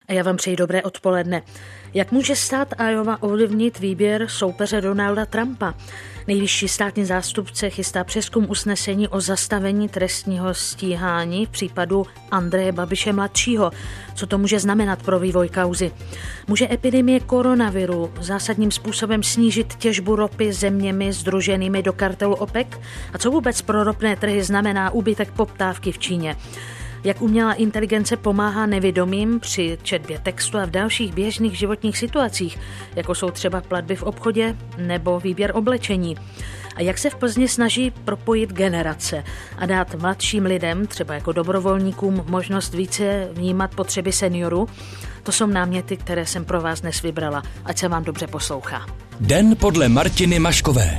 A já vám přeji dobré odpoledne. Jak může stát Iowa ovlivnit výběr soupeře Donalda Trumpa? Nejvyšší státní zástupce chystá přezkum usnesení o zastavení trestního stíhání v případu Andreje Babiše mladšího. Co to může znamenat pro vývoj kauzy? Může epidemie koronaviru zásadním způsobem snížit těžbu ropy zeměmi sdruženými do kartelu OPEC? A co vůbec pro ropné trhy znamená úbytek poptávky v Číně? Jak umělá inteligence pomáhá nevědomým při četbě textu a v dalších běžných životních situacích, jako jsou třeba platby v obchodě nebo výběr oblečení. A jak se v Plzni snaží propojit generace a dát mladším lidem, třeba jako dobrovolníkům, možnost více vnímat potřeby seniorů? To jsou náměty, které jsem pro vás dnes vybrala. Ať se vám dobře poslouchá. Den podle Martiny Maškové.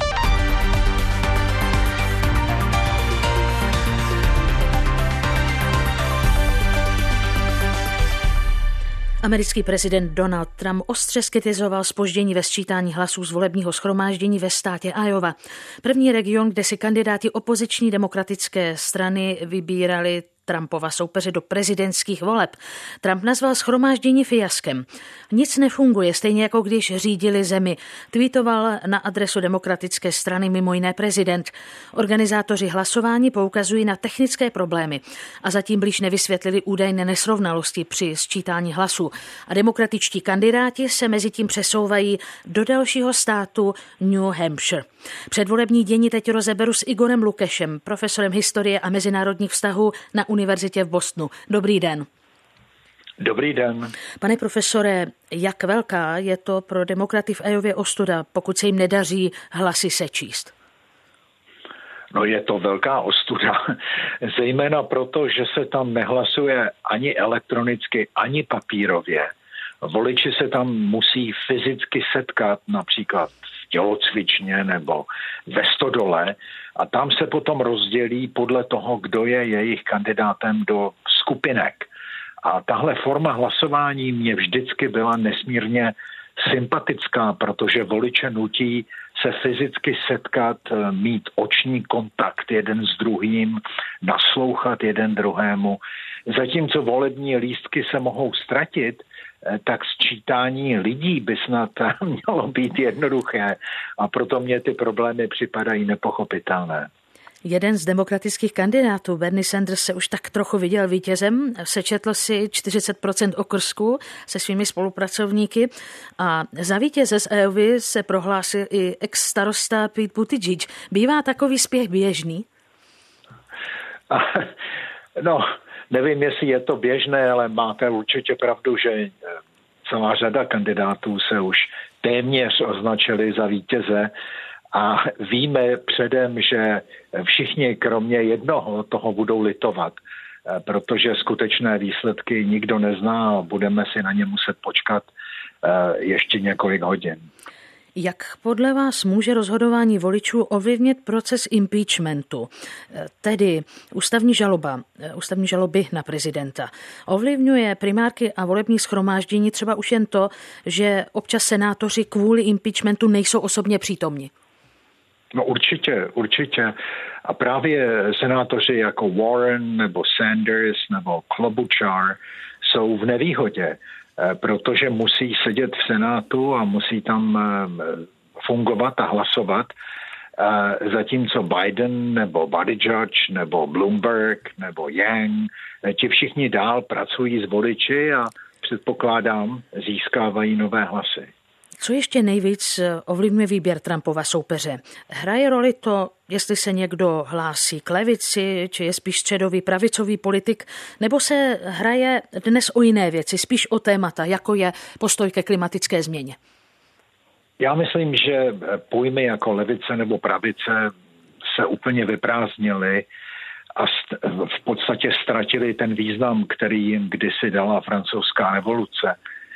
Americký prezident Donald Trump ostře zkritizoval zpoždění ve sčítání hlasů z volebního shromáždění ve státě Iowa. První region, kde si kandidáti opoziční demokratické strany vybírali Trumpova soupeře do prezidentských voleb. Trump nazval shromáždění fiaskem. Nic nefunguje, stejně jako když řídili zemi. Tweetoval na adresu demokratické strany mimo jiné prezident. Organizátoři hlasování poukazují na technické problémy a zatím blíž nevysvětlili údajné nesrovnalosti při sčítání hlasů. A demokratičtí kandidáti se mezi tím přesouvají do dalšího státu New Hampshire. Předvolební dění teď rozeberu s Igorem Lukešem, profesorem historie a mezinárodních vztahů na univerzitě v Bostonu. Dobrý den. Dobrý den. Pane profesore, jak velká je to pro demokraty v Iowě ostuda, pokud se jim nedaří hlasy sečíst? No je to velká ostuda, zejména proto, že se tam nehlasuje ani elektronicky, ani papírově. Voliči se tam musí fyzicky setkat, například v tělocvičně nebo ve stodole, a tam se potom rozdělí podle toho, kdo je jejich kandidátem do skupinek. A tahle forma hlasování mě vždycky byla nesmírně sympatická, protože voliče nutí se fyzicky setkat, mít oční kontakt jeden s druhým, naslouchat jeden druhému. Zatímco volební lístky se mohou ztratit, tak sčítání lidí by snad mělo být jednoduché a proto mě ty problémy připadají nepochopitelné. Jeden z demokratických kandidátů, Bernie Sanders, se už tak trochu viděl vítězem, sečetl si 40% okrsků se svými spolupracovníky a za vítěze z Iovy se prohlásil i ex-starosta Pete Buttigieg. Bývá takový spěch běžný? No, nevím, jestli je to běžné, ale máte určitě pravdu, že celá řada kandidátů se už téměř označili za vítěze a víme předem, že všichni kromě jednoho toho budou litovat, protože skutečné výsledky nikdo nezná a budeme si na ně muset počkat ještě několik hodin. Jak podle vás může rozhodování voličů ovlivnit proces impeachmentu, tedy ústavní žaloby na prezidenta? Ovlivňuje primárky a volební shromáždění třeba už jen to, že občas senátoři kvůli impeachmentu nejsou osobně přítomni? No určitě. A právě senátoři jako Warren nebo Sanders nebo Klobuchar jsou v nevýhodě, protože musí sedět v Senátu a musí tam fungovat a hlasovat, zatímco Biden nebo Buttigieg nebo Bloomberg nebo Yang, ti všichni dál pracují s voliči a předpokládám získávají nové hlasy. Co ještě nejvíc ovlivňuje výběr Trumpova soupeře? Hraje roli to, jestli se někdo hlásí k levici, či je spíš středový pravicový politik, nebo se hraje dnes o jiné věci, spíš o témata, jako je postoj ke klimatické změně? Já myslím, že pojmy jako levice nebo pravice se úplně vyprázdnily a v podstatě ztratili ten význam, který jim kdysi dala francouzská revoluce.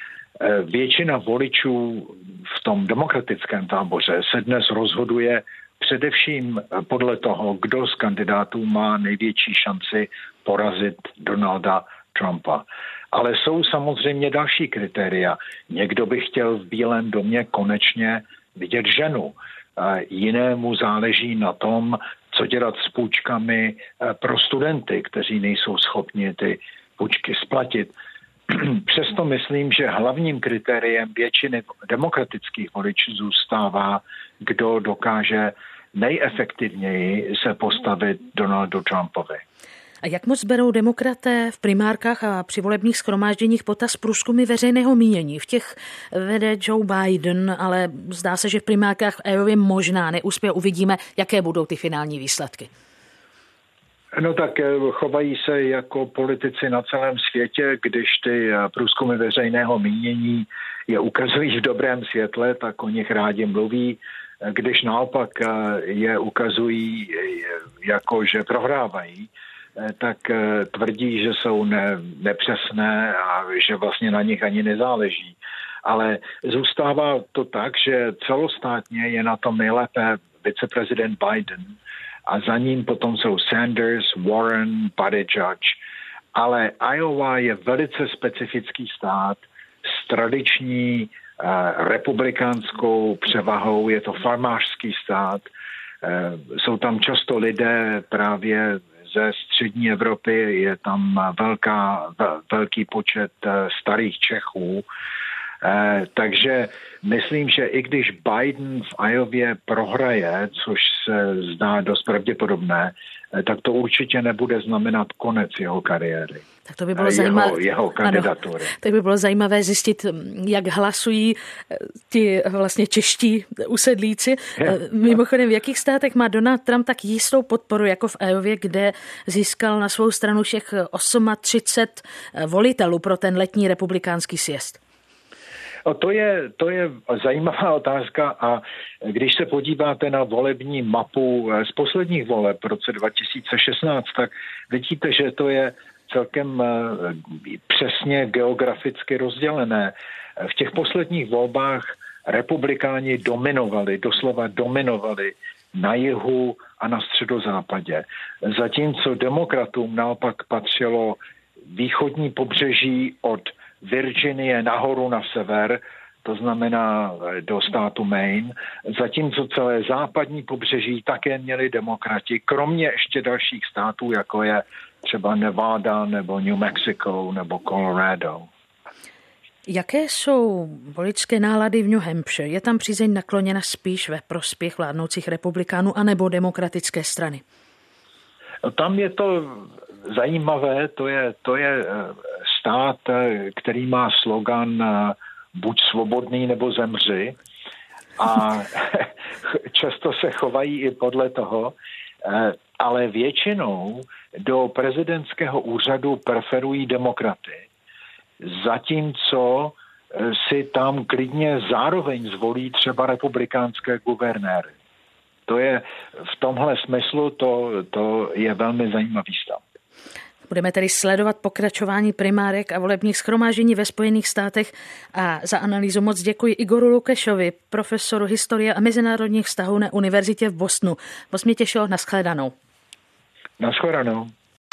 Většina voličů v tom demokratickém táboře se dnes rozhoduje především podle toho, kdo z kandidátů má největší šanci porazit Donalda Trumpa. Ale jsou samozřejmě další kritéria. Někdo by chtěl v Bílém domě konečně vidět ženu. Jinému záleží na tom, co dělat s půjčkami pro studenty, kteří nejsou schopni ty půjčky splatit. přesto myslím, že hlavním kritériem většiny demokratických voličů zůstává, kdo dokáže nejefektivněji se postavit Donaldu Trumpovi. A jak moc berou demokraté v primárkách a při volebních shromážděních potaz průzkumy veřejného mínění? V těch vede Joe Biden, ale zdá se, že v primárkách v Iowě možná neuspěje. Uvidíme, jaké budou ty finální výsledky. No tak chovají se jako politici na celém světě, když ty průzkumy veřejného mínění je ukazují v dobrém světle, tak o nich rádi mluví. Když naopak je ukazují jako, že prohrávají, tak tvrdí, že jsou nepřesné a že vlastně na nich ani nezáleží. Ale zůstává to tak, že celostátně je na tom nejlépe viceprezident Biden a za ním potom jsou Sanders, Warren, Buttigieg. Ale Iowa je velice specifický stát s tradiční republikánskou převahou, je to farmářský stát, jsou tam často lidé právě ze střední Evropy, je tam velký počet starých Čechů, takže myslím, že i když Biden v Iově prohraje, což se zdá dost pravděpodobné, tak to určitě nebude znamenat konec jeho kariéry. Tak to by bylo zajímavé. Jeho kandidatury. Tak by bylo zajímavé zjistit, jak hlasují ti vlastně čeští usedlíci. Mimochodem, v jakých státech má Donald Trump tak jistou podporu, jako v Iově, kde získal na svou stranu všech 38 volitelů pro ten letní republikánský sjezd? To je zajímavá otázka a když se podíváte na volební mapu z posledních voleb v roce 2016, tak vidíte, že to je celkem přesně geograficky rozdělené. V těch posledních volbách republikáni doslova dominovali na jihu a na středozápadě. Zatímco demokratům naopak patřilo východní pobřeží od Virginie nahoru na sever, to znamená do státu Maine, zatímco celé západní pobřeží také měli demokrati, kromě ještě dalších států, jako je třeba Nevada nebo New Mexico nebo Colorado. Jaké jsou voličské nálady v New Hampshire? Je tam přízeň nakloněna spíš ve prospěch vládnoucích republikánů anebo demokratické strany? Tam je to zajímavé, to je stát, který má slogan buď svobodný nebo zemři a často se chovají i podle toho, ale většinou do prezidentského úřadu preferují demokraty, zatímco si tam klidně zároveň zvolí třeba republikánské guvernéry. To je v tomhle smyslu to je velmi zajímavý stav. Budeme tedy sledovat pokračování primárek a volebních shromáždění ve Spojených státech a za analýzu moc děkuji Igoru Lukešovi, profesoru historie a mezinárodních vztahů na univerzitě v Bostonu. Moc mě těšilo, nashledanou. Nashledanou.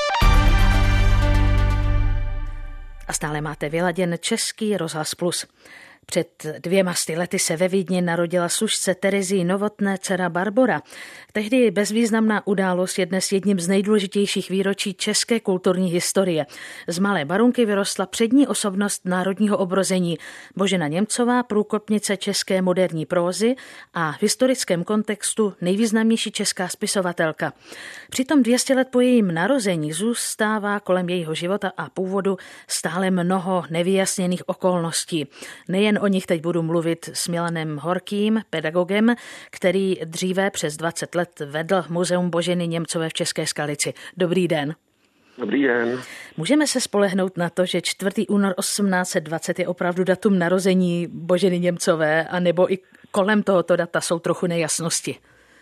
A stále máte vyladěn Český rozhlas Plus. Před 200 lety se ve Vídni narodila služce Terezii Novotné dcera Barbora. Tehdy bezvýznamná událost je dnes jedním z nejdůležitějších výročí české kulturní historie. Z malé Barunky vyrostla přední osobnost národního obrození. Božena Němcová, průkopnice české moderní prózy a v historickém kontextu nejvýznamnější česká spisovatelka. Přitom 200 let po jejím narození zůstává kolem jejího života a původu stále mnoho nevyjasněných okolností. Nejen o nich teď budu mluvit s Milanem Horkým, pedagogem, který dříve přes 20 let vedl Muzeum Boženy Němcové v České Skalici. Dobrý den. Dobrý den. Můžeme se spolehnout na to, že 4. únor 1820 je opravdu datum narození Boženy Němcové, anebo i kolem tohoto data jsou trochu nejasnosti?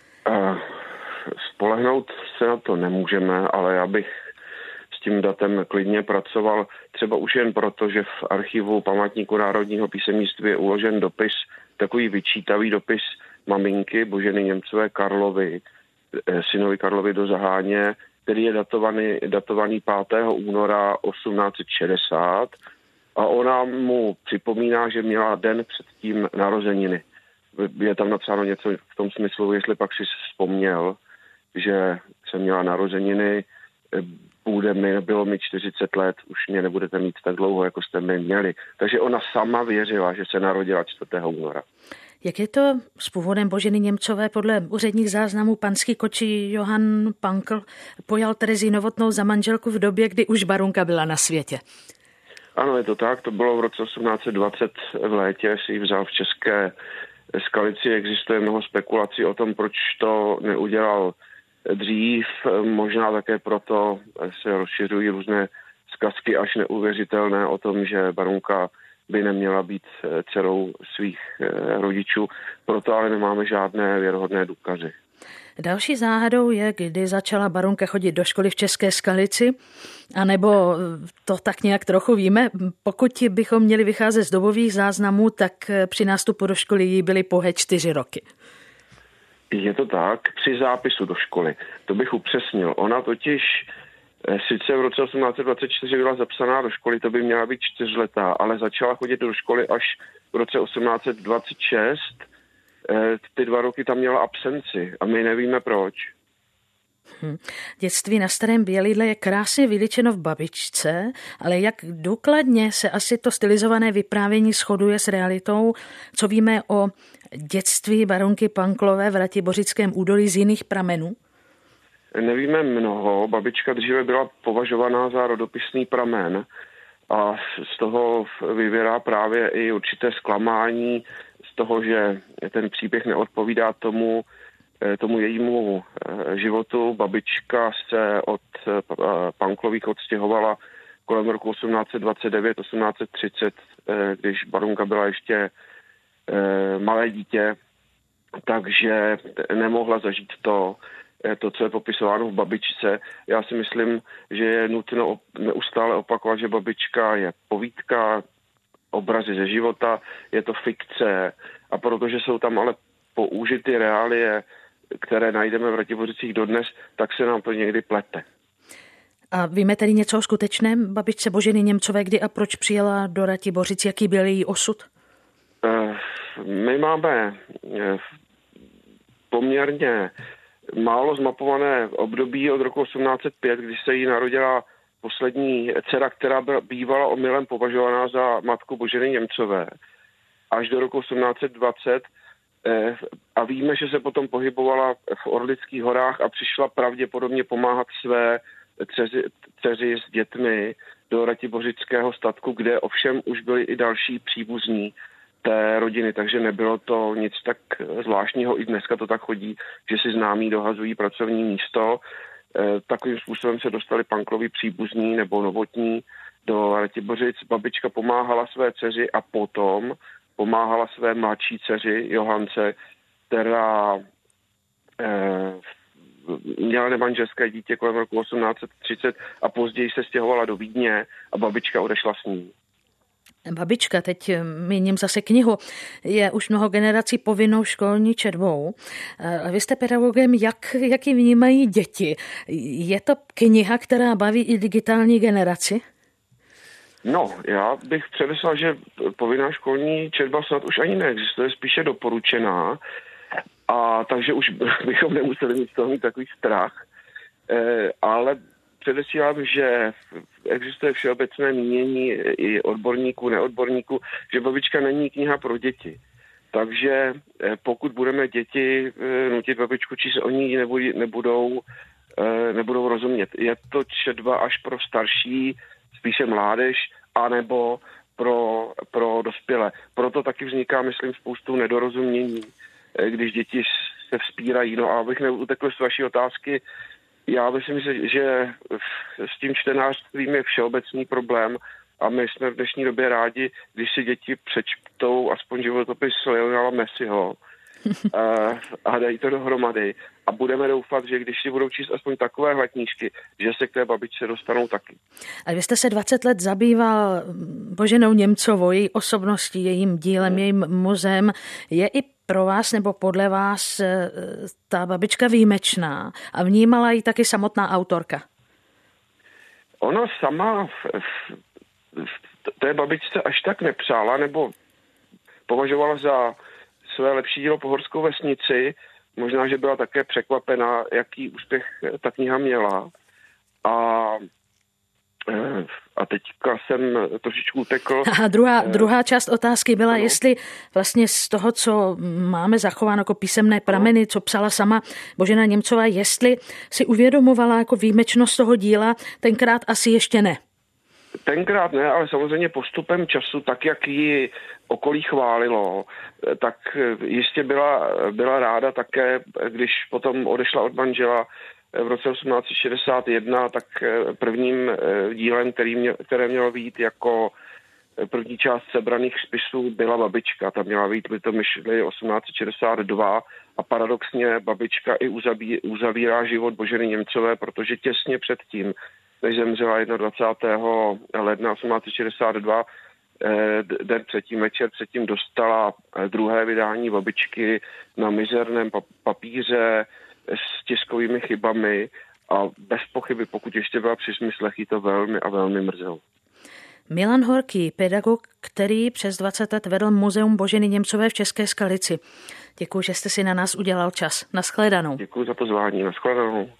Spolehnout se na to nemůžeme, ale já bych s tím datem klidně pracoval, třeba už jen proto, že v archivu Památníku národního písemnictví je uložen dopis, takový vyčítavý dopis maminky Boženy Němcové Karlovi, synovi Karlovi do Zaháně, který je datovaný 5. února 1860 a ona mu připomíná, že měla den předtím narozeniny. Je tam napsáno něco v tom smyslu, jestli pak si vzpomněl, že se měla narozeniny bude mi, bylo mi 40 let, už mě nebudete mít tak dlouho, jako jste mě měli. Takže ona sama věřila, že se narodila 4. února. Jak je to s původem Boženy Němcové? Podle úředních záznamů panský kočí Johann Pankl pojal Terezii Novotnou za manželku v době, kdy už Barunka byla na světě. Ano, je to tak. To bylo v roce 1820 v létě, si ji vzal v České Skalici. Existuje mnoho spekulací o tom, proč to neudělal dřív. Možná také proto se rozšiřují různé zkazky až neuvěřitelné o tom, že Barunka by neměla být dcerou svých rodičů. Proto ale nemáme žádné věrohodné důkazy. Další záhadou je, kdy začala Barunka chodit do školy v České Skalici, anebo to tak nějak trochu víme. Pokud bychom měli vycházet z dobových záznamů, tak při nástupu do školy jí byly pouhé 4 roky. Je to tak, při zápisu do školy. To bych upřesnil. Ona totiž sice v roce 1824 byla zapsaná do školy, to by měla být 4letá, ale začala chodit do školy až v roce 1826. Ty 2 roky tam měla absenci a my nevíme proč. Dětství na Starém Bělidle je krásně vyličeno v Babičce, ale jak důkladně se asi to stylizované vyprávění shoduje s realitou, co víme o dětství Barunky Panklové v Ratibořickém údolí z jiných pramenů? Nevíme mnoho. Babička dříve byla považovaná za rodopisný pramen a z toho vyvěrá právě i určité zklamání z toho, že ten příběh neodpovídá tomu jejímu životu. Babička se od Panklových odstěhovala kolem roku 1829-1830, když Barunka byla ještě malé dítě, takže nemohla zažít to, co je popisováno v Babičce. Já si myslím, že je nutno neustále opakovat, že Babička je povídka, obrazy ze života, je to fikce a protože jsou tam ale použity reálie, které najdeme v Ratibořicích dodnes, tak se nám to někdy plete. A víme tedy něco o skutečném babičce Boženy Němcové, kdy a proč přijela do Ratibořic, jaký byl její osud? My máme poměrně málo zmapované období od roku 1805, kdy se jí narodila poslední dcera, která bývala omylem považovaná za matku Boženy Němcové, až do roku 1820. A víme, že se potom pohybovala v Orlických horách a přišla pravděpodobně pomáhat své dceři s dětmi do Ratibořického statku, kde ovšem už byli i další příbuzní té rodiny, takže nebylo to nic tak zvláštního. I dneska to tak chodí, že si známí dohazují pracovní místo. Takovým způsobem se dostali Panklovi příbuzní nebo novotní do Ratibořic. Babička pomáhala své dceři a potom pomáhala své mladší dceři Johance, která měla nemanželské dítě kolem roku 1830 a později se stěhovala do Vídně a babička odešla s ní. Babička, teď míním zase knihu, je už mnoho generací povinnou školní četbou. Vy jste pedagogem, jak ji vnímají děti? Je to kniha, která baví i digitální generaci? No, já bych předeslal, že povinná školní četba snad už ani neexistuje, spíše doporučená, a takže už bychom nemuseli mít z toho mít takový strach, ale předesílám, že existuje všeobecné mínění i odborníků, neodborníků, že Babička není kniha pro děti. Takže pokud budeme děti nutit babičku číst, oni nebudou rozumět. Je to četba až pro starší, spíše mládež, anebo pro dospělé. Proto taky vzniká, myslím, spoustu nedorozumění, když děti se vzpírají. No a abych neutekl z vaší otázky, já myslím, že s tím čtenářstvím je všeobecný problém a my jsme v dnešní době rádi, když si děti přečtou aspoň životopis Lionela Messiho a dají to dohromady. A budeme doufat, že když si budou číst aspoň takovéhle knížky, že se k té babičce dostanou taky. A vy jste se 20 let zabýval Boženou Němcovou, její osobností, jejím dílem, jejím muzeem. Je i pro vás nebo podle vás ta babička výjimečná a vnímala ji taky samotná autorka? Ona sama té babičce až tak nepřála nebo považovala za své lepší dílo Pohorskou vesnici. Možná, že byla také překvapena, jaký úspěch ta kniha měla. A A teďka jsem trošičku utekl. A druhá část otázky byla, jestli vlastně z toho, co máme zachováno jako písemné prameny, co psala sama Božena Němcová, jestli si uvědomovala jako výjimečnost toho díla, tenkrát asi ještě ne. Tenkrát ne, ale samozřejmě postupem času, tak jak ji okolí chválilo, tak jistě byla ráda také, když potom odešla od manžela v roce 1861, tak prvním dílem, které mělo být jako první část sebraných spisů, byla Babička. Ta měla být Litomyšli 1862 a paradoxně Babička i uzavírá život Boženy Němcové, protože těsně předtím, než zemřela 21. ledna 1862, den předtím, večer předtím dostala druhé vydání Babičky na mizerném papíře s tiskovými chybami a bez pochyby, pokud ještě byla při smyslech, jí to velmi a velmi mrzelo. Milan Horký, pedagog, který přes 20 let vedl Muzeum Boženy Němcové v České Skalici. Děkuji, že jste si na nás udělal čas. Nashledanou. Děkuji za pozvání. Nashledanou.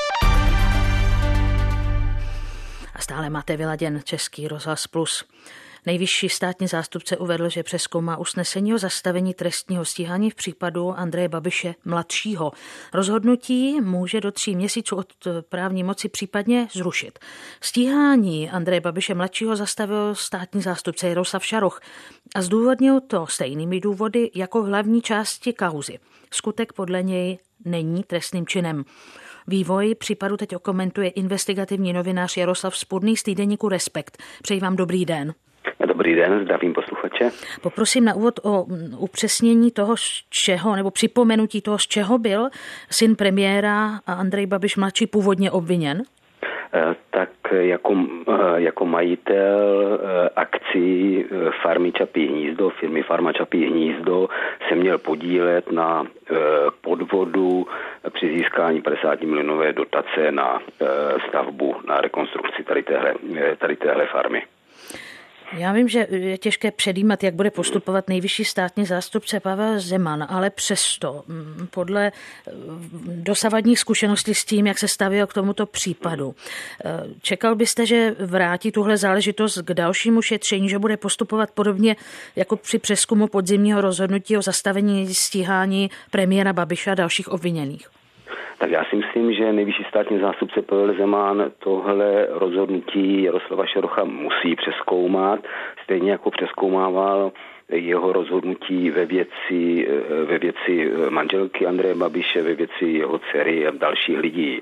A stále máte vyladěn Český rozhlas Plus. Nejvyšší státní zástupce uvedl, že přezkoumá usnesení o zastavení trestního stíhání v případu Andreje Babiše mladšího. Rozhodnutí může do 3 měsíců od právní moci případně zrušit. Stíhání Andreje Babiše mladšího zastavil státní zástupce Jaroslav Šaroch a zdůvodnil to stejnými důvody jako v hlavní části kauzy. Skutek podle něj není trestným činem. Vývoj případu teď okomentuje investigativní novinář Jaroslav Spurný z týdeníku Respekt. Přeji vám dobrý den. Dobrý den, zdravím posluchače. Poprosím na úvod o upřesnění toho, z čeho, nebo připomenutí toho, z čeho byl syn premiéra Andrej Babiš mladší původně obviněn. Tak jako majitel akcí farmy Čapí hnízdo, firmy Farma Čapí hnízdo, se měl podílet na podvodu při získání 50 milionové dotace na stavbu, na rekonstrukci tady téhle farmy. Já vím, že je těžké předjímat, jak bude postupovat nejvyšší státní zástupce Pavel Zeman, ale přesto podle dosavadních zkušeností s tím, jak se stavěl k tomuto případu, čekal byste, že vrátí tuhle záležitost k dalšímu šetření, že bude postupovat podobně jako při přezkumu podzimního rozhodnutí o zastavení stíhání premiéra Babiše a dalších obviněných? Tak já si myslím, že nejvyšší státní zástupce Pavel Zeman tohle rozhodnutí Jaroslava Šarocha musí přezkoumat, stejně jako přezkoumával jeho rozhodnutí ve věci manželky Andreje Babiše, ve věci jeho dcery a dalších lidí.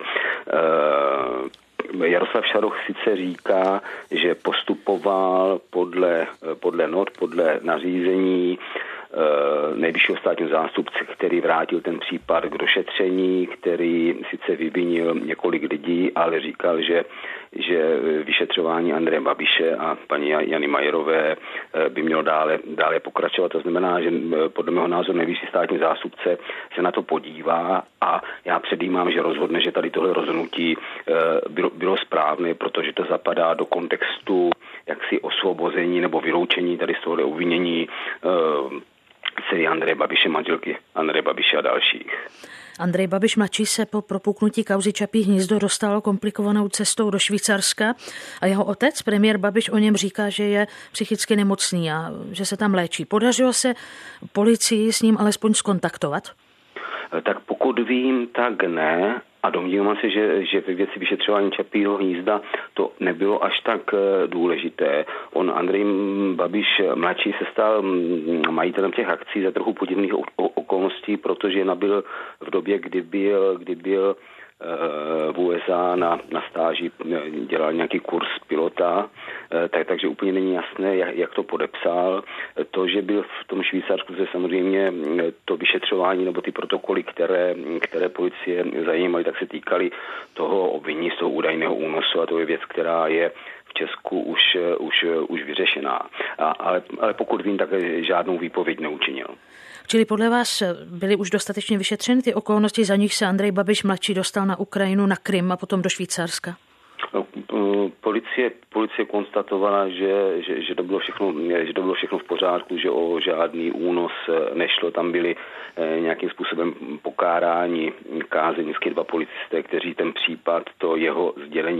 Jaroslav Šaroch sice říká, že postupoval podle not, podle nařízení nejvyššího státního zástupce, který vrátil ten případ k došetření, který sice vyvinil několik lidí, ale říkal, že vyšetřování Andreje Babiše a paní Jany Majerové by mělo dále pokračovat. To znamená, že podle mého názoru nejvyšší státní zástupce se na to podívá a já předjímám, že rozhodne, že tady tohle rozhodnutí bylo správné, protože to zapadá do kontextu jaksi osvobození nebo vyloučení tady z tohohle obvinění dcery Andreje Babiše, manželky Andreje Babiše a dalších. Andrej Babiš mladší se po propuknutí kauzy Čapí hnízdo dostal komplikovanou cestou do Švýcarska a jeho otec, premiér Babiš, o něm říká, že je psychicky nemocný a že se tam léčí. Podařilo se policii s ním alespoň skontaktovat? Tak pokud vím, tak ne. A domnívám se, že ve věci vyšetřování Čapího hnízda to nebylo až tak důležité. Andrej Babiš mladší se stal majitelem těch akcí za trochu podivných okolností, protože nabyl v době, kdy byl v USA na stáži, dělal nějaký kurz pilota, takže úplně není jasné, jak to podepsal. To, že byl v tom Švýcarsku, se samozřejmě to vyšetřování nebo ty protokoly, které policie zajímaly, tak se týkaly toho obvinění z toho údajného únosu a to je věc, která je v Česku už vyřešená. Ale pokud vím, tak žádnou výpověď neučinil. Čili podle vás byly už dostatečně vyšetřeny ty okolnosti, za nich se Andrej Babiš mladší dostal na Ukrajinu, na Krym a potom do Švýcarska? Policie konstatovala, že to bylo všechno v pořádku, že o žádný únos nešlo. Tam byli nějakým způsobem pokáráni kázeňsky 2 policisté, kteří ten případ, to jeho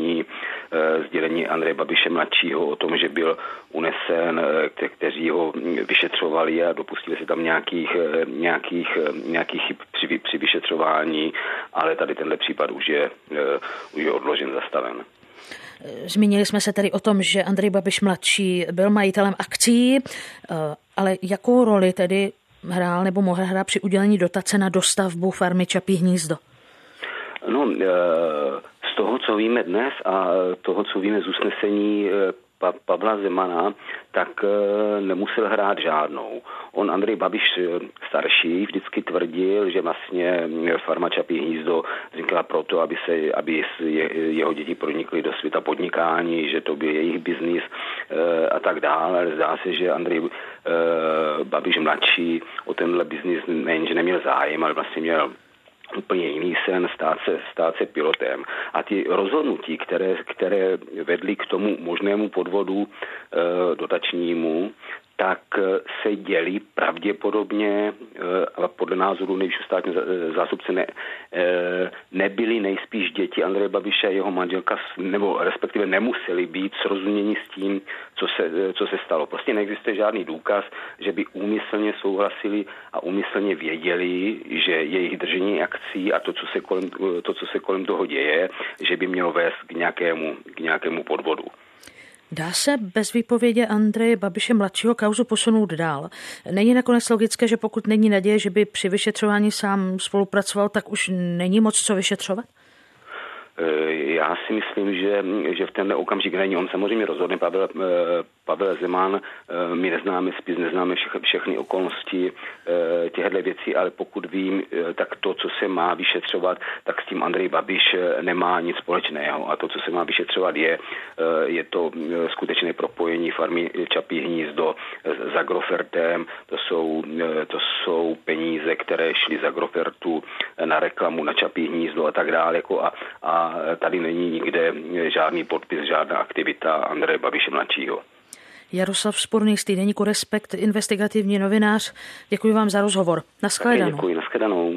sdělení Andreje Babiše mladšího o tom, že byl unesen, kteří ho vyšetřovali a dopustili se tam nějakých chyb při vyšetřování, ale tady tenhle případ už je odložen, zastaven. Zmínili jsme se tedy o tom, že Andrej Babiš mladší byl majitelem akcií, ale jakou roli tedy hrál nebo mohl hrát při udělení dotace na dostavbu farmy Čapí hnízdo? No, z toho, co víme dnes a toho, co víme z usnesení Pavla Zemana, tak nemusel hrát žádnou. On, Andrej Babiš starší, vždycky tvrdil, že vlastně farma Čapí hnízdo vznikla proto, aby jeho děti pronikly do světa podnikání, že to byl jejich biznis a tak dále. Ale zdá se, že Andrej Babiš mladší o tenhle biznis nejenže neměl zájem, ale vlastně měl úplně jiný sen, stát se pilotem. A ty rozhodnutí, které vedly k tomu možnému podvodu dotačnímu, tak se dělí pravděpodobně, a podle názoru nejvyššího státního zástupce nebyly nejspíš děti Andreje Babiše a jeho manželka, nebo respektive nemuseli být srozuměni s tím, co se stalo. Prostě neexistuje žádný důkaz, že by úmyslně souhlasili a úmyslně věděli, že jejich držení akcí a to, co se kolem toho děje, že by mělo vést k nějakému podvodu. Dá se bez výpovědi Andreje Babiše mladšího kauzu posunout dál? Není nakonec logické, že pokud není naděje, že by při vyšetřování sám spolupracoval, tak už není moc co vyšetřovat? Já si myslím, že v tenhle okamžik není. On samozřejmě rozhodne, Pavel Zeman, my neznáme spis, neznáme všechny okolnosti těchto věcí, ale pokud vím, tak to, co se má vyšetřovat, tak s tím Andrej Babiš nemá nic společného. A to, co se má vyšetřovat, je to skutečné propojení farmy Čapí hnízdo s Agrofertem. To jsou peníze, které šly z Agrofertu na reklamu na Čapí hnízdo a tak dále. A tady není nikde žádný podpis, žádná aktivita Andreje Babiše mladšího. Jaroslav Sporný z týdeníku Respekt, investigativní novinář. Děkuji vám za rozhovor. Nashledanou. Děkuji, nashledanou.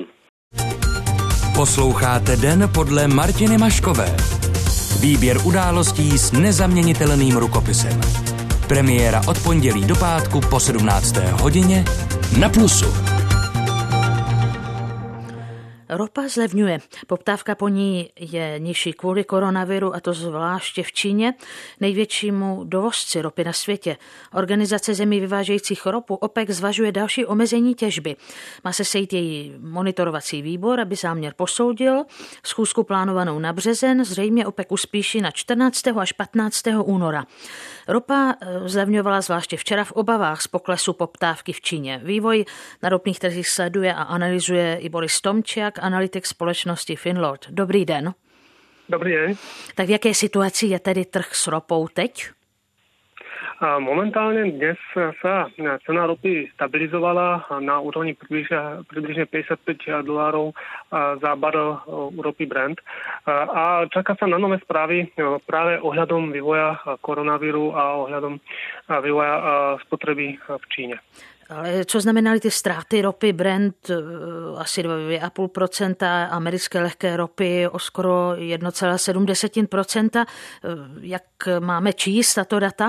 Posloucháte Den podle Martiny Maškové. Výběr událostí s nezaměnitelným rukopisem. Premiéra od pondělí do pátku po 17. hodině na Plusu. Ropa zlevňuje. Poptávka po ní je nižší kvůli koronaviru, a to zvláště v Číně, největšímu dovozci ropy na světě. Organizace zemí vyvážejících ropu OPEC zvažuje další omezení těžby. Má se sejít její monitorovací výbor, aby záměr posoudil. Schůzku plánovanou na březen zřejmě OPEC uspíší na 14. až 15. února. Ropa zlevňovala zvláště včera v obavách z poklesu poptávky v Číně. Vývoj na ropných trzích sleduje a analyzuje i Boris Tomčák, analytik společnosti Finlord. Dobrý den. Dobrý den. Tak v jaké situaci je tedy trh s ropou teď? Momentálne dnes sa cena ropy stabilizovala na úrovni približne $55 za barel ropy Brent a čaká sa na nové správy práve ohľadom vývoja koronavíru a ohľadom vývoja spotreby v Číne. Ale co znamenaly ty ztráty ropy Brent, asi 2,5%, americké lehké ropy o skoro 1,7%? Jak máme číst tato data?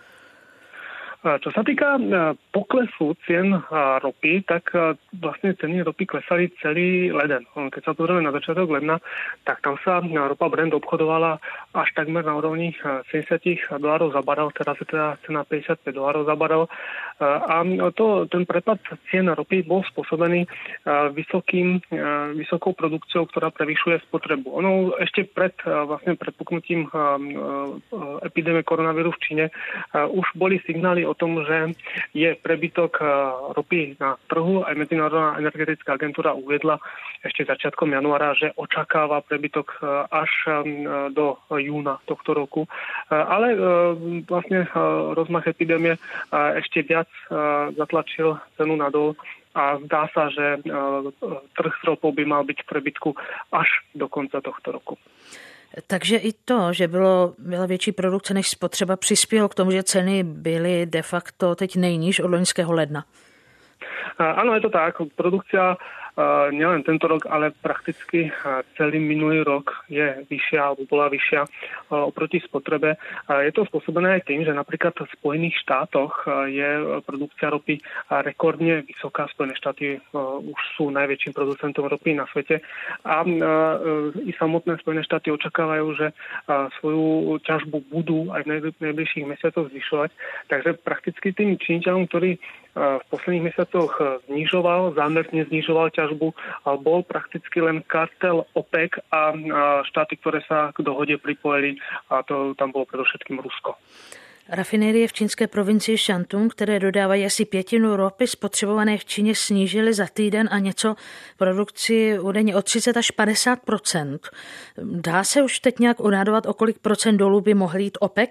Čo sa týka poklesu cien ropy, tak vlastne ceny ropy klesali celý leden. Keď sa pozrieme na začiatok ledna, tak tam sa ropa Brent obchodovala až takmer na úrovni $70 za barel, teraz je teda cena $55 za barel. A ten prepad cien ropy bol spôsobený vysokou produkciou, ktorá prevyšuje spotrebu. Ono ešte pred prepuknutím epidémie koronavíru v Číne už boli signály o tom, že je prebytok ropy na trhu. Aj Medzinárodná energetická agentúra uviedla ešte začiatkom januára, že očakáva prebytok až do júna tohto roku. Ale vlastne rozmach epidémie ešte viac zatlačil cenu nadol a zdá sa, že trh s ropou by mal byť v prebytku až do konca tohto roku. Takže i to, že byla větší produkce než spotřeba, přispělo k tomu, že ceny byly de facto teď nejníž od loňského ledna. Áno, je to tak. Produkcia nielen tento rok, ale prakticky celý minulý rok je vyššia, alebo bola vyššia oproti spotrebe. Je to spôsobené aj tým, že napríklad v Spojených štátoch je produkcia ropy rekordne vysoká. Spojené štáty už sú najväčším producentom ropy na svete a i samotné Spojené štáty očakávajú, že svoju ťažbu budú aj v najbližších mesiacoch zvyšovať. Takže prakticky tým činiteľom, ktorý v posledných mesiacoch zámerne znižoval ťažbu, bol prakticky len kartel OPEC a štáty, ktoré sa k dohode pripojili, a to tam bolo predovšetkým Rusko. Rafinérie v čínské provincii Shantung, které dodávají asi 1/5 ropy spotřebované v Číně, snížily za týden a něco produkci údajně o 30 až 50%. Dá se už teď nějak odhadovat, o kolik procent dolů by mohly jít OPEC?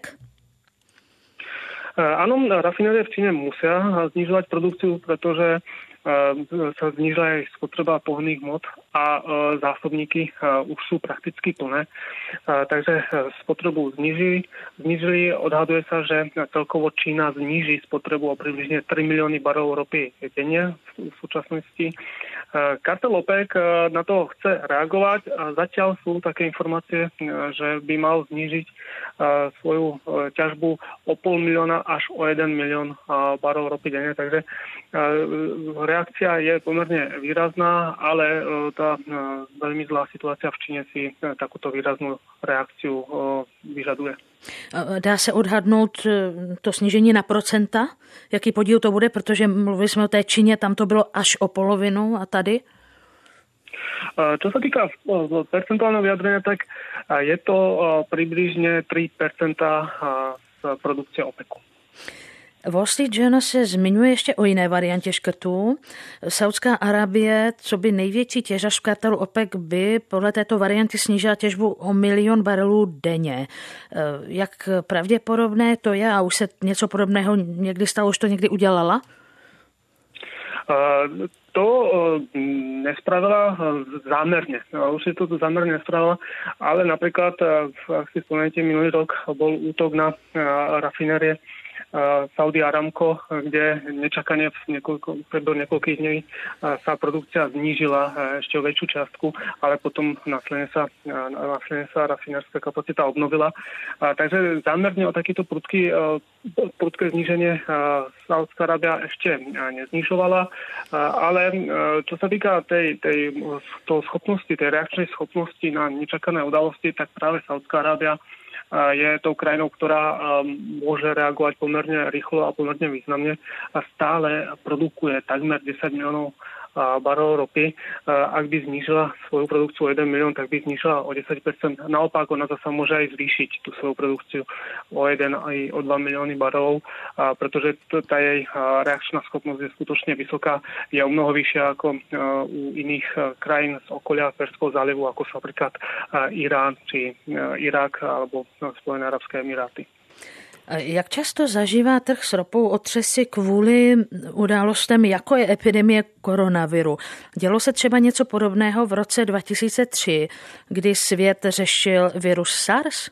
Áno, rafinérie v Číne musia znižovať produkciu, pretože sa znižila aj spotreba pohonných hmot a zásobníky už sú prakticky plné. Takže spotrebu znižili. Odhaduje sa, že celkovo Čína zníži spotrebu o približne 3 milióny barelov ropy denne v súčasnosti. Kartel OPEC na to chce reagovať a zatiaľ sú také informácie, že by mal znížiť svoju ťažbu o 0,5 milióna až o 1 milión barelov ropy denne. Takže reakcia je pomerne výrazná, ale tá veľmi zlá situácia v Číne si takúto výraznú reakciu vyžaduje. Dá se odhadnout to snížení na procenta? Jaký podíl to bude? Protože mluvili jsme o té Číně, tam to bylo až o polovinu a tady? Čo sa týka percentuálneho vyjadrenia, tak je to približne 3% z produkcie OPECu. Wall Street Journal se zmiňuje ještě o jiné variantě škrtů. Saudská Arábie, co by největší těžař v kartelu OPEC, by podle této varianty snížila těžbu o 1 milion barelů denně. Jak pravděpodobné to je a už se něco podobného někdy stalo, už to někdy udělala? To nespravila zámerne. Už si to zámerne nespravila, ale napríklad, ak si spomínate, minulý rok bol útok na rafinérie Saudi Aramco, kde nečakane v niekoľkých dní sa produkcia znížila ešte o väčšiu čiastku, ale potom následne sa rafinérska kapacita obnovila. Takže zámerne o takýto prudké zníženie Saudská Arábia ešte neznižovala, ale čo sa týka tej schopnosti, tej reakčnej schopnosti na nečakané udalosti, tak práve Saudská Arábia je tou krajinou, ktorá môže reagovať pomerne rýchlo a pomerne významne a stále produkuje takmer 10 miliónov barelov ropy. Ak by znížila svoju produkciu o 1 milión, tak by znížila o 10%. Naopak, ona zasa môže aj zvýšiť tú svoju produkciu o 1 aj o 2 milióny barelov, pretože tá jej reakčná schopnosť je skutočne vysoká. Je o mnoho vyššia ako u iných krajín z okolia Perského zálivu, ako sú napríklad Irán či Irak alebo Spojené arabské emiráty. Jak často zažívá trh s ropou otřesy kvůli událostem, jako je epidemie koronaviru? Dělo se třeba něco podobného v roce 2003, kdy svět řešil virus SARS?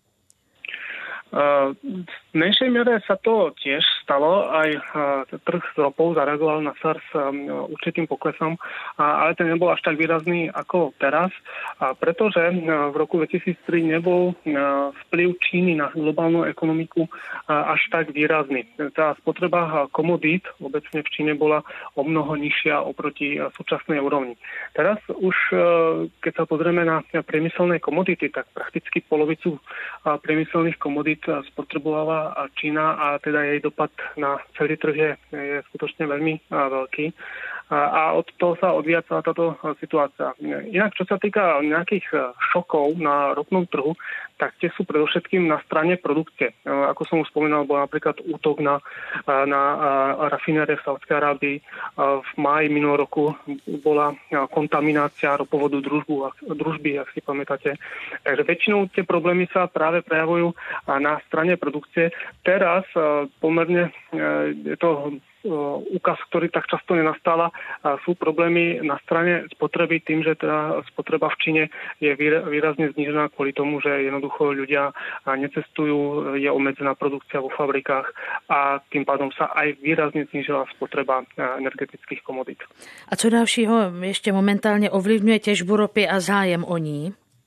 V menšej miere sa to tiež stalo, aj trh s ropou zareagoval na SARS určitým poklesom, ale ten nebol až tak výrazný ako teraz, pretože v roku 2003 nebol vplyv Číny na globálnu ekonomiku až tak výrazný. Tá spotreba komodít obecne v Číne bola o mnoho nižšia oproti súčasnej úrovni. Teraz už, keď sa pozrieme na priemyselné komodity, tak prakticky polovicu priemyselných komodít spotrebovala Čína a teda jej dopad na celý trh je skutočne veľmi veľký. A od toho sa odvíja celá táto situácia. Inak, čo sa týka nejakých šokov na ropnom trhu, tak tie sú predovšetkým na strane produkcie. Ako som už spomínal, bol napríklad útok na rafinérie v Saudskej Arábii. V máji minulého roku bola kontaminácia ropovodu Družby, ak si pamätáte. Takže väčšinou tie problémy sa práve prejavujú na strane produkcie. Teraz pomerne je to úkaz, ktorý tak často nenastáva. Sú problémy na strane spotreby tým, že teda spotreba v Číne je výrazne znížená kvôli tomu, že jednoducho ľudia necestujú, je obmedzená produkcia vo fabrikách a tým pádom sa aj výrazne znížila spotreba energetických komodít. A co dalšího ještě momentálně ovlivňuje těžbu ropy a zájem o ní?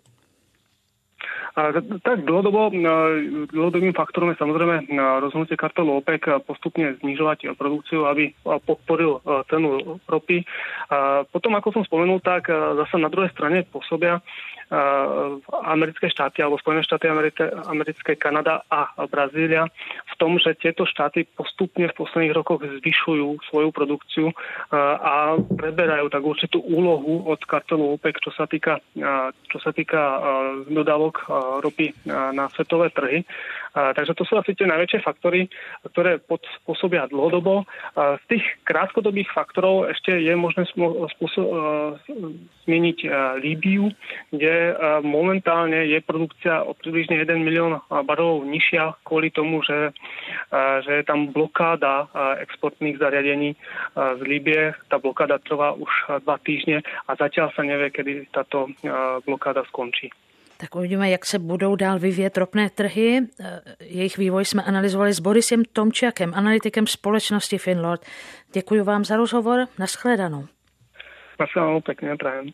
Tak dlhodobým faktorom je samozrejme rozhodnutie kartelu OPEC postupne znižovať produkciu, aby podporil cenu ropy. Potom, ako som spomenul, tak zase na druhej strane pôsobia americké štáty alebo Spojené štáty americké, Kanada a Brazília v tom, že tieto štáty postupne v posledných rokoch zvyšujú svoju produkciu a preberajú tak určitú úlohu od kartelu OPEC, čo sa týka dodávok ropy na svetové trhy. Takže to sú asi tie najväčšie faktory, ktoré pôsobia dlhodobo. Z tých krátkodobých faktorov ešte je možné zmieniť Líbiu, kde momentálne je produkcia o približne 1 milión barelov nižšia kvôli tomu, že je tam blokáda exportných zariadení z Líbie. Tá blokáda trvá už 2 týždne a zatiaľ sa nevie, kedy táto blokáda skončí. Tak uvidíme, jak se budou dál vyvíjet ropné trhy. Jejich vývoj jsme analyzovali s Borisem Tomčiakem, analytikem společnosti Finlord. Děkuji vám za rozhovor. Naschledanou. Naschledanou, pěkně, prajem.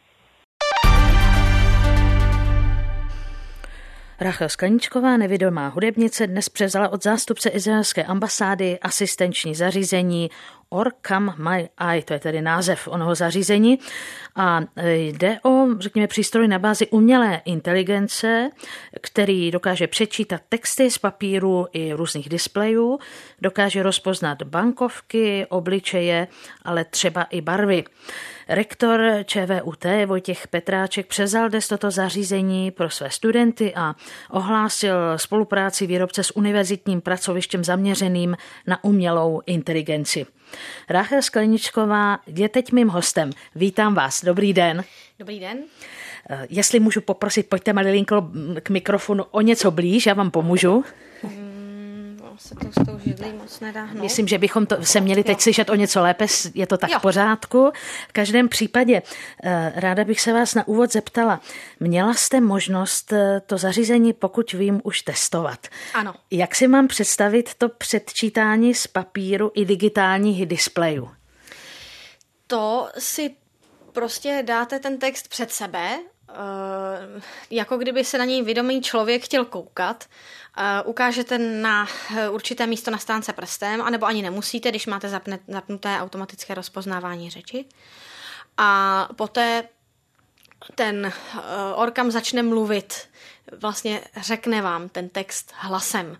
Rachel Skleničková, nevidomá hudebnice, dnes převzala od zástupce izraelské ambasády asistenční zařízení Orcam My Eye, to je tedy název onoho zařízení. A jde o, řekněme, přístroj na bázi umělé inteligence, který dokáže přečítat texty z papíru i různých displejů, dokáže rozpoznat bankovky, obličeje, ale třeba i barvy. Rektor ČVUT Vojtěch Petráček převzal dnes toto zařízení pro své studenty a ohlásil spolupráci výrobce s univerzitním pracovištěm zaměřeným na umělou inteligenci. Rachel Skleničková je teď mým hostem. Vítám vás. Dobrý den. Dobrý den. Jestli můžu poprosit, pojďte Marilinko k mikrofonu o něco blíž, já vám pomůžu. Se to s tou židlí moc nedá hnout. Myslím, že bychom se měli teď slyšet o něco lépe, je to tak v pořádku. V každém případě ráda bych se vás na úvod zeptala, měla jste možnost to zařízení, pokud vím, už testovat? Ano. Jak si mám představit to předčítání z papíru i digitálních displejů? To si prostě dáte ten text před sebe, jako kdyby se na něj vědomý člověk chtěl koukat. Ukážete na určité místo na stránce prstem, anebo ani nemusíte, když máte zapnuté automatické rozpoznávání řeči. A poté ten Orcam začne mluvit, vlastně řekne vám ten text hlasem.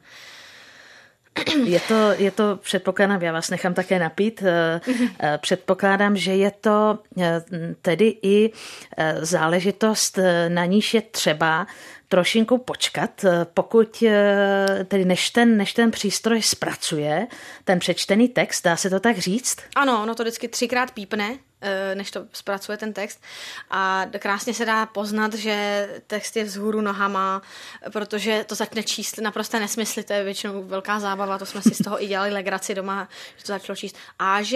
Je to předpokládám, já vás nechám také napít, předpokládám, že je to tedy i záležitost, na níž je třeba trošinku počkat, pokud tedy než ten přístroj zpracuje ten přečtený text, dá se to tak říct? Ano, ono to vždycky 3krát pípne, než to zpracuje ten text a krásně se dá poznat, že text je vzhůru nohama, protože to začne číst naprosté nesmysly, to je většinou velká zábava, to jsme si z toho i dělali legraci doma, že to začalo číst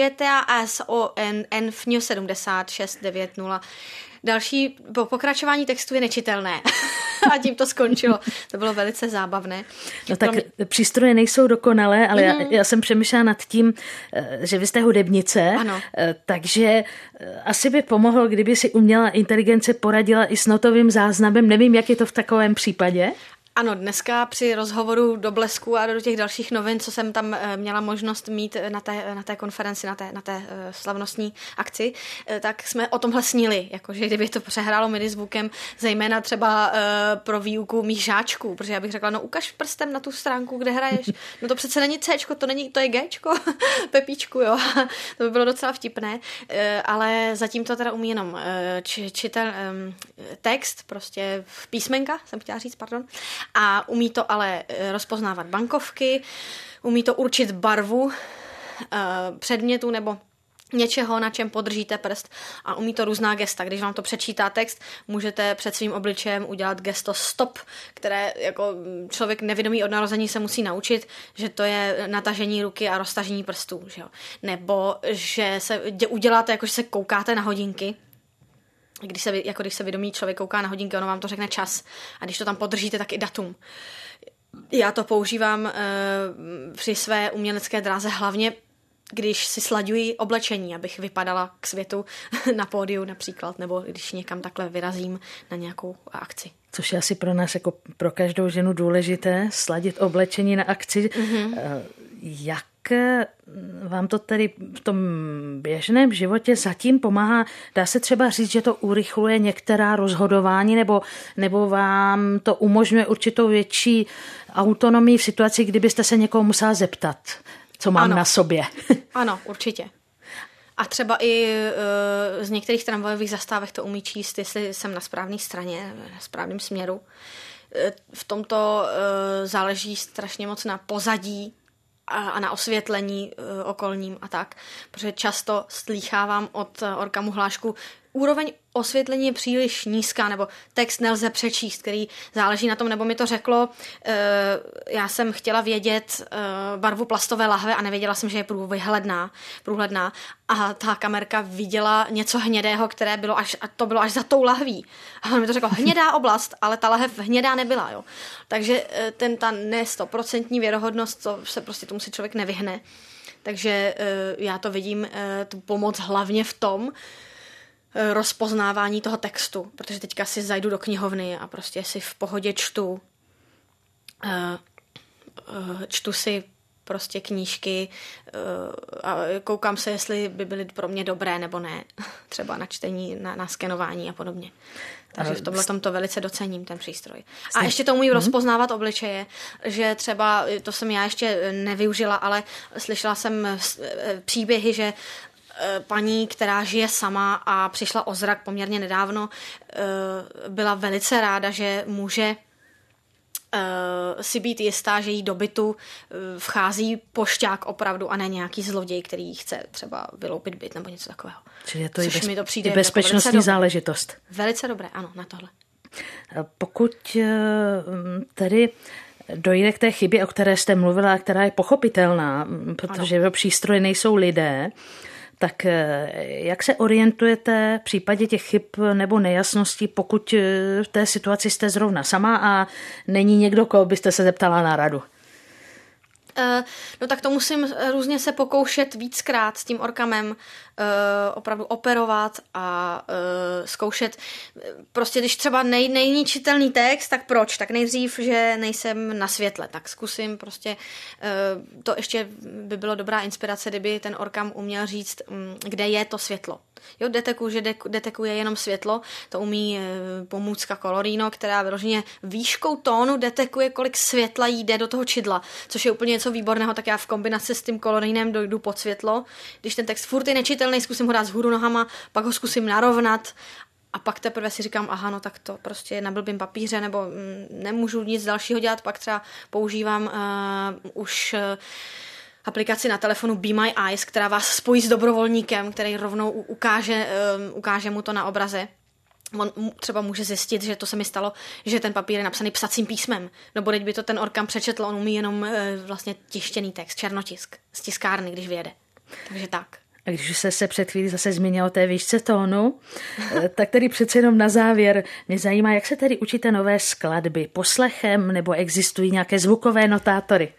AŽTASON 7690. Další pokračování textu je nečitelné. A tím to skončilo. To bylo velice zábavné. No tak přístroje nejsou dokonalé, ale já jsem přemýšlela nad tím, že vy jste hudebnice, ano. Takže asi by pomohlo, kdyby si umělá inteligence poradila i s notovým záznamem. Nevím, jak je to v takovém případě. Ano, dneska při rozhovoru do Blesku a do těch dalších novin, co jsem tam měla možnost mít na té konferenci, na té slavnostní akci, tak jsme o tomhle snili, jakože kdyby to přehrálo MIDI zvukem, zejména třeba pro výuku mých žáčků, protože já bych řekla, no ukaž prstem na tu stránku, kde hraješ. No to přece není Cčko, to je Gčko, Pepíčku, jo. To by bylo docela vtipné, ale zatím to teda umí jenom text, prostě písmenka, jsem chtěla říct, pardon. A umí to ale rozpoznávat bankovky, umí to určit barvu předmětu nebo něčeho, na čem podržíte prst a umí to různá gesta. Když vám to přečítá text, můžete před svým obličejem udělat gesto stop, které jako člověk nevědomý od narození se musí naučit, že to je natažení ruky a roztažení prstů. Že jo? Nebo že se uděláte, jako že se koukáte na hodinky. Když se vědomý člověk kouká na hodinky, ono vám to řekne čas. A když to tam podržíte, tak i datum. Já to používám při své umělecké dráze hlavně, když si slaďuji oblečení, abych vypadala k světu na pódiu například, nebo když někam takhle vyrazím na nějakou akci. Což je asi pro nás jako pro každou ženu důležité, sladit oblečení na akci. Jak vám to tedy v tom běžném životě zatím pomáhá? Dá se třeba říct, že to urychluje některá rozhodování, nebo vám to umožňuje určitou větší autonomii v situaci, kdybyste se někoho musela zeptat, co mám na sobě? Ano, určitě. A třeba i z některých tramvajových zastávek to umí číst, jestli jsem na správné straně, na správném směru. V tomto záleží strašně moc na pozadí a na osvětlení okolním a tak, protože často slýchávám od orkamu hlášku, úroveň osvětlení je příliš nízká, nebo text nelze přečíst, který záleží na tom, nebo mi to řeklo, já jsem chtěla vědět barvu plastové lahve a nevěděla jsem, že je průhledná a ta kamerka viděla něco hnědého, které bylo to bylo až za tou lahví. A on mi to řekl, hnědá oblast, ale ta lahev hnědá nebyla. Jo. Takže ta ne 100% věrohodnost, to se prostě tomu si člověk nevyhne. Takže já to vidím, tu pomoc hlavně v tom, rozpoznávání toho textu, protože teďka si zajdu do knihovny a prostě si v pohodě čtu si prostě knížky a koukám se, jestli by byly pro mě dobré nebo ne. Třeba na čtení, na skenování a podobně. Takže v tomhletom to velice docením, ten přístroj. A ještě to umí rozpoznávat obličeje, že třeba, to jsem já ještě nevyužila, ale slyšela jsem příběhy, že paní, která žije sama a přišla o zrak poměrně nedávno, byla velice ráda, že může si být jistá, že jí do bytu vchází pošťák opravdu a ne nějaký zloděj, který chce třeba vyloupit byt nebo něco takového. Čili je to i bezpečnostní jako záležitost. Velice dobré, ano, na tohle. Pokud tedy dojde k té chybě, o které jste mluvila, která je pochopitelná, protože v přístroji nejsou lidé, tak jak se orientujete v případě těch chyb nebo nejasností, pokud v té situaci jste zrovna sama a není někdo, koho byste se zeptala na radu? No tak to musím různě se pokoušet víckrát s tím orkamem opravdu operovat a zkoušet. Prostě když třeba není čitelný text, tak proč? Tak nejdřív, že nejsem na světle, tak zkusím prostě, to ještě by bylo dobrá inspirace, kdyby ten orkam uměl říct, kde je to světlo. Jo, detekuje jenom světlo, to umí pomůcka Colorino, která vyloženě výškou tónu detekuje, kolik světla jde do toho čidla, což je úplně něco výborného, tak já v kombinaci s tím Colorinem dojdu pod světlo. Když ten text furt je nečitelný, zkusím ho dát vzhůru nohama, pak ho zkusím narovnat a pak teprve si říkám, aha, no tak to prostě je na blbým papíře, nebo nemůžu nic dalšího dělat, pak třeba používám už aplikaci na telefonu Be My Eyes, která vás spojí s dobrovolníkem, který rovnou ukáže mu to na obraze. On třeba může zjistit, že to se mi stalo, že ten papír je napsaný psacím písmem. No bo teď by to ten orkam přečetl, on umí jenom vlastně tištěný text, černotisk z tiskárny, když vyjede. Takže tak. A když se před chvílí zase zmínila o té výšce tónu, tak tedy přece jenom na závěr mě zajímá, jak se tedy učíte nové skladby? Poslechem nebo existují nějaké zvukové notátory?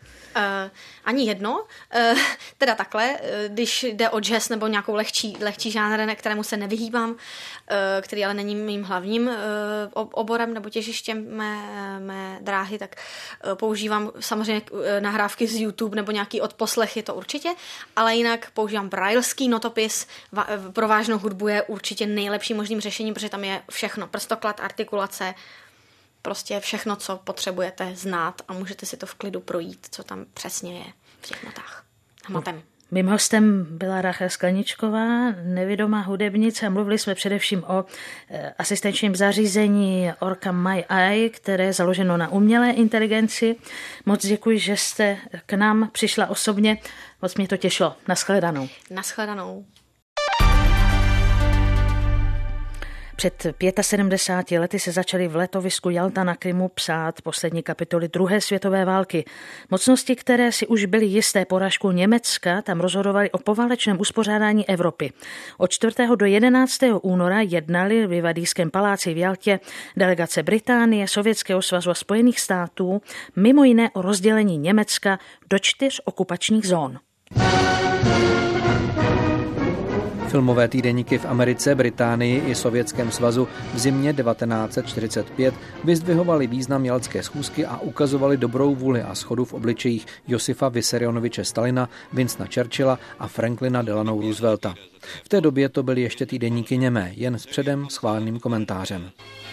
Ani jedno. Teda takhle, když jde o jazz nebo nějakou lehčí žánr, kterému se nevyhýbám, který ale není mým hlavním oborem nebo těžištěm mé dráhy, tak používám samozřejmě nahrávky z YouTube nebo nějaký odposlechy, to určitě, ale jinak používám brailský notopis. Pro vážnou hudbu je určitě nejlepším možným řešením, protože tam je všechno. Prstoklad, artikulace, prostě všechno, co potřebujete znát a můžete si to v klidu projít, co tam přesně je v těch notách. Hmatem. Mým hostem byla Rachel Skleničková, nevědomá hudebnice, a mluvili jsme především o asistenčním zařízení Orcam My Eye, které je založeno na umělé inteligenci. Moc děkuji, že jste k nám přišla osobně. Moc mě to těšilo. Naschledanou. Naschledanou. Před 75 lety se začaly v letovisku Jalta na Krymu psát poslední kapitoly druhé světové války. Mocnosti, které si už byly jisté porážkou Německa, tam rozhodovaly o poválečném uspořádání Evropy. Od 4. do 11. února jednali v Livadijském paláci v Jaltě delegace Británie, Sovětského svazu a Spojených států, mimo jiné o rozdělení Německa do 4 okupačních zón. Filmové týdeníky v Americe, Británii i Sovětském svazu v zimě 1945 vyzdvihovali význam jaltské schůzky a ukazovali dobrou vůli a shodu v obličejích Josifa Vissarionoviče Stalina, Winstona Churchilla a Franklina Delano Roosevelta. V té době to byly ještě týdeníky němé, jen s předem schváleným komentářem.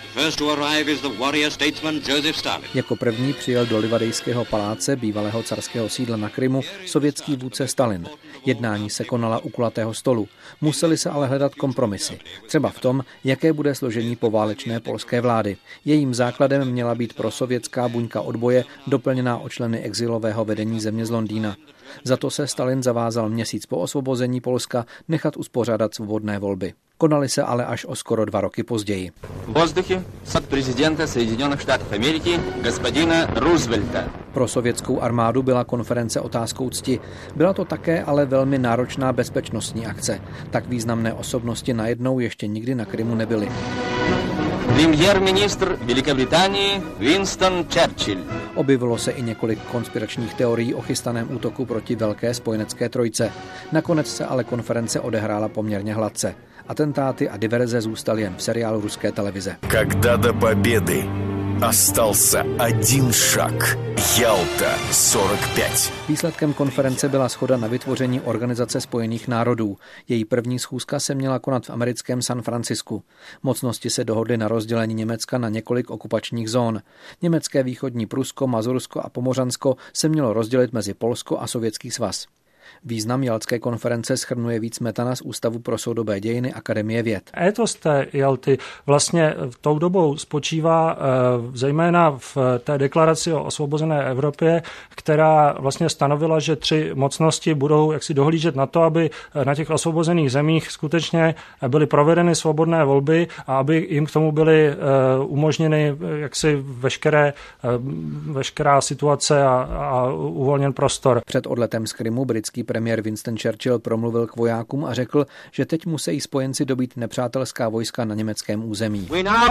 Jako první přijel do Livadijského paláce, bývalého carského sídla na Krymu, sovětský vůdce Stalin. Jednání se konala u kulatého stolu. Museli se ale hledat kompromisy. Třeba v tom, jaké bude složení poválečné polské vlády. Jejím základem měla být prosovětská buňka odboje, doplněná o členy exilového vedení země z Londýna. Za to se Stalin zavázal měsíc po osvobození Polska nechat uspořádat svobodné volby. Konaly se ale až o skoro 2 roky později. V vzduchu sад prezidenta Sovětských států Ameriky gospodina Roosevelta. Pro sovětskou armádu byla konference otázkou cti. Byla to také ale velmi náročná bezpečnostní akce. Tak významné osobnosti najednou ještě nikdy na Krymu nebyly. Premiér-ministr Velké Británie Winston Churchill. Objevilo se i několik konspiračních teorií o chystaném útoku proti velké spojenecké trojce. Nakonec se ale konference odehrála poměrně hladce. Atentáty a diverze zůstaly jen v seriálu ruské televize. Когда до победы остался один šak. Jalta 45. Výsledkem konference byla shoda na vytvoření Organizace spojených národů. Její první schůzka se měla konat v americkém San Francisku. Mocnosti se dohodly na rozdělení Německa na několik okupačních zón. Německé východní Prusko, Mazursko a Pomořansko se mělo rozdělit mezi Polsko a Sovětský svaz. Význam jaltské konference shrnuje Vít Smetana z Ústavu pro soudobé dějiny Akademie věd. Étos té Jalty vlastně tou dobou spočívá zejména v té deklaraci o osvobozené Evropě, která vlastně stanovila, že 3 mocnosti budou jaksi dohlížet na to, aby na těch osvobozených zemích skutečně byly provedeny svobodné volby a aby jim k tomu byly umožněny jaksi veškerá situace a uvolněn prostor. Před odletem z Krymu britský premiér Winston Churchill promluvil k vojákům a řekl, že teď musí spojenci dobít nepřátelská vojska na německém území.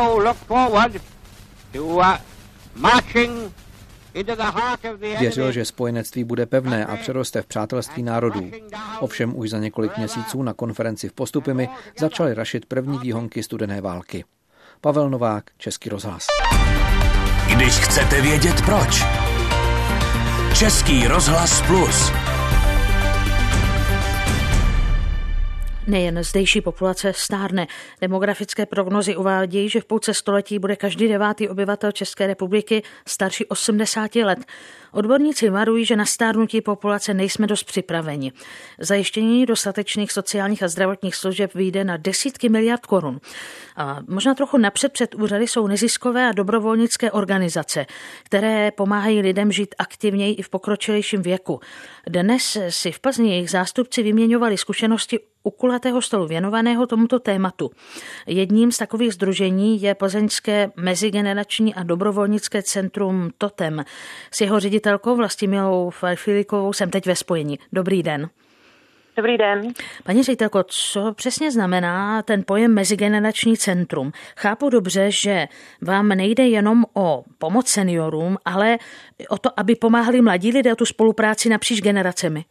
Věřil, že spojenectví bude pevné a přeroste v přátelství národů. Ovšem už za několik měsíců na konferenci v Postupimi začaly rašit první výhonky studené války. Pavel Novák, Český rozhlas. Když chcete vědět proč. Český rozhlas Plus. Nejen zdejší populace stárne. Demografické prognozy uvádějí, že v půlce století bude každý 9. obyvatel České republiky starší 80 let. Odborníci varují, že na stárnutí populace nejsme dost připraveni. Zajištění dostatečných sociálních a zdravotních služeb vyjde na desítky miliard korun. A možná trochu napřed před úřady jsou neziskové a dobrovolnické organizace, které pomáhají lidem žít aktivněji i v pokročilejším věku. Dnes si v Plzni jejich zástupci vyměňovali zkušenosti u kulatého stolu věnovaného tomuto tématu. Jedním z takových sdružení je plzeňské mezigenerační a dobrovolnické centrum Totem. S jeho ředitelkou Vlastimilou Filikovou jsem teď ve spojení. Dobrý den. Dobrý den. Paní ředitelko, co přesně znamená ten pojem mezigenerační centrum? Chápu dobře, že vám nejde jenom o pomoc seniorům, ale o to, aby pomáhali mladí lidé a tu spolupráci napříč generacemi.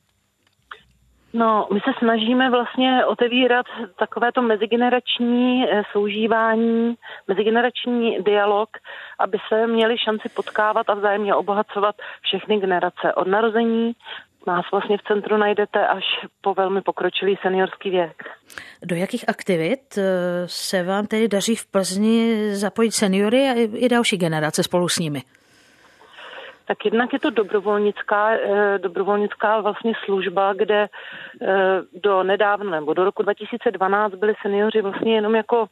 No, my se snažíme vlastně otevírat takovéto mezigenerační soužívání, mezigenerační dialog, aby se měli šanci potkávat a vzájemně obohacovat všechny generace. Od narození nás vlastně v centru najdete až po velmi pokročilý seniorský věk. Do jakých aktivit se vám tedy daří v Plzni zapojit seniory a i další generace spolu s nimi? Tak jednak je to dobrovolnická vlastně služba, kde do nedávna nebo do roku 2012 byli seniori vlastně jenom jako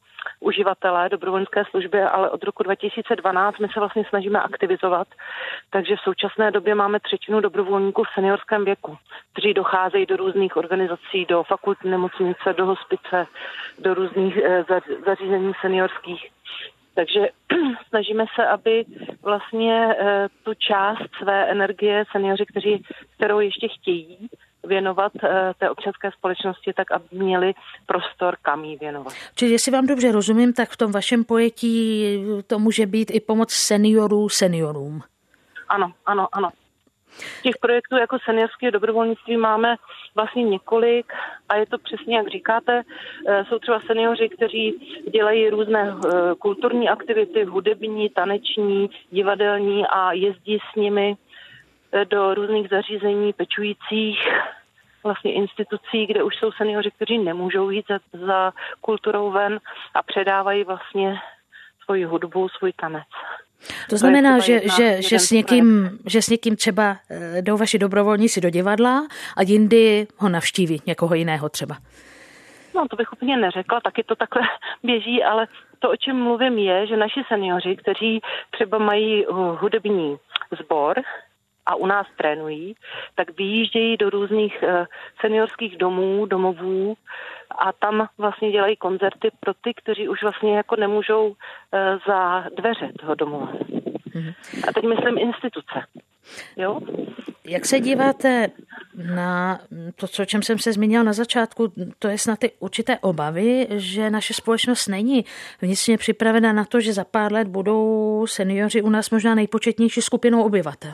uživatelé dobrovolnické služby, ale od roku 2012 my se vlastně snažíme aktivizovat, takže v současné době máme 1/3 dobrovolníků v seniorském věku, kteří docházejí do různých organizací, do fakultní nemocnice, do hospice, do různých zařízení seniorských. Takže snažíme se, aby vlastně tu část své energie seniori, kterou ještě chtějí věnovat té občanské společnosti, tak aby měli prostor, kam jí věnovat. Čili jestli vám dobře rozumím, tak v tom vašem pojetí to může být i pomoc seniorům. Ano. Těch projektů jako seniorské dobrovolnictví máme vlastně několik a je to přesně, jak říkáte, jsou třeba seniori, kteří dělají různé kulturní aktivity, hudební, taneční, divadelní a jezdí s nimi do různých zařízení pečujících vlastně institucí, kde už jsou seniori, kteří nemůžou jít za kulturou ven a předávají vlastně svoji hudbu, svůj tanec. To znamená, že s někým třeba jdou vaši dobrovolníci do divadla a jindy ho navštíví někoho jiného třeba. No, to bych úplně neřekla, taky to takhle běží, ale to, o čem mluvím, je, že naši seniori, kteří třeba mají hudební sbor a u nás trénují, tak vyjíždějí do různých seniorských domovů a tam vlastně dělají koncerty pro ty, kteří už vlastně jako nemůžou za dveře toho domova. A teď myslím instituce. Jo? Jak se díváte na to, o čem jsem se zmínila na začátku, to je snad ty určité obavy, že naše společnost není vnitřně připravena na to, že za pár let budou seniori u nás možná nejpočetnější skupinou obyvatel?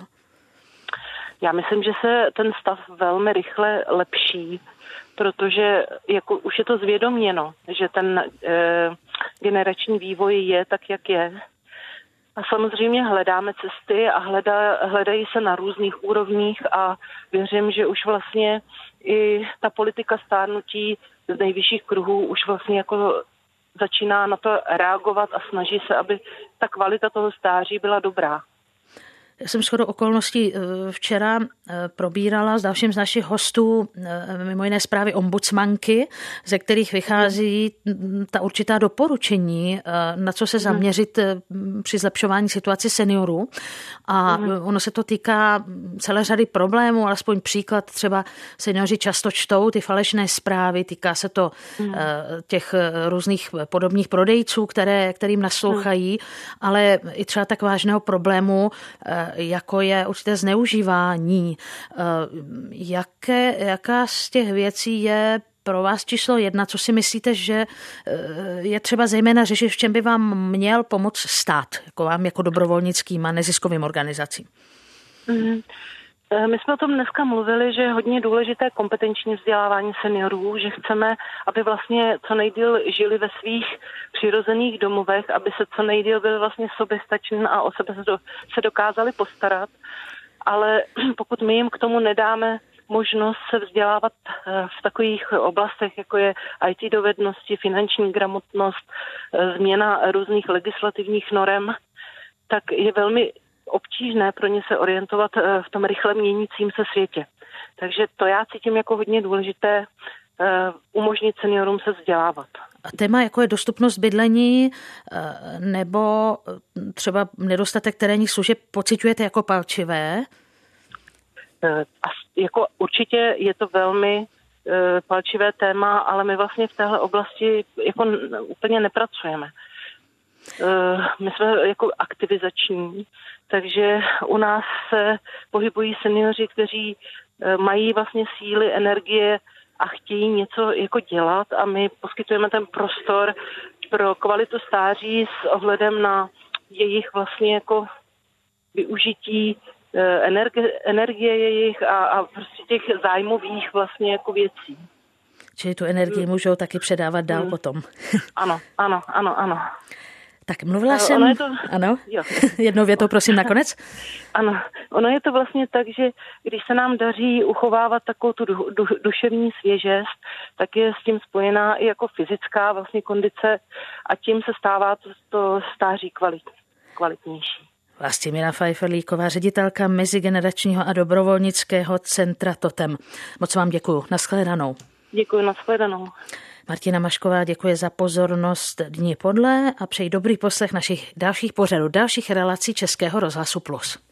Já myslím, že se ten stav velmi rychle lepší, protože jako už je to zvědoměno, že ten generační vývoj je tak, jak je. A samozřejmě hledáme cesty a hledají se na různých úrovních a věřím, že už vlastně i ta politika stárnutí z nejvyšších kruhů už vlastně jako začíná na to reagovat a snaží se, aby ta kvalita toho stáří byla dobrá. Já jsem shodou okolností včera probírala s dalším z našich hostů mimo jiné zprávy ombudsmanky, ze kterých vychází ta určitá doporučení, na co se zaměřit při zlepšování situace seniorů. A ono se to týká celé řady problémů, alespoň příklad třeba seniori často čtou ty falešné zprávy, týká se to těch různých podobných prodejců, kterým naslouchají, ale i třeba tak vážného problému, jako je určité zneužívání. Jaká z těch věcí je pro vás číslo 1? Co si myslíte, že je třeba zejména řešit, v čem by vám měl pomoct stát, jako vám, jako dobrovolnickým a neziskovým organizacím? My jsme o tom dneska mluvili, že je hodně důležité kompetenční vzdělávání seniorů, že chceme, aby vlastně co nejdýl žili ve svých přirozených domovech, aby se co nejdýl byli vlastně soběstační a o sebe se dokázali postarat. Ale pokud my jim k tomu nedáme možnost se vzdělávat v takových oblastech, jako je IT dovednosti, finanční gramotnost, změna různých legislativních norem, tak je velmi obtížné pro ně se orientovat v tom rychle měnícím se světě. Takže to já cítím jako hodně důležité umožnit seniorům se vzdělávat. A téma, jako je dostupnost bydlení nebo třeba nedostatek terénních služeb, pociťujete jako palčivé? Jako určitě je to velmi palčivé téma, ale my vlastně v téhle oblasti jako úplně nepracujeme. My jsme jako aktivizační, takže u nás se pohybují seniori, kteří mají vlastně síly, energie a chtějí něco jako dělat a my poskytujeme ten prostor pro kvalitu stáří s ohledem na jejich vlastně jako využití energie jejich a prostě těch zájmových vlastně jako věcí. Čili tu energii můžou taky předávat dál potom. Ano. Tak mluvila jsem... Ano? Jo. Jednou větou, prosím, nakonec. Ano, ono je to vlastně tak, že když se nám daří uchovávat takovou tu duševní svěžest, tak je s tím spojená i jako fyzická vlastně kondice a tím se stává to stáří kvalitnější. Vlastimila Pfeifferlíková, ředitelka Mezigeneračního a dobrovolnického centra Totem. Moc vám děkuju. Nashledanou. Děkuji, nashledanou. Martina Mašková děkuje za pozornost Dni podle a přeji dobrý poslech našich dalších pořadů, dalších relací Českého rozhlasu Plus.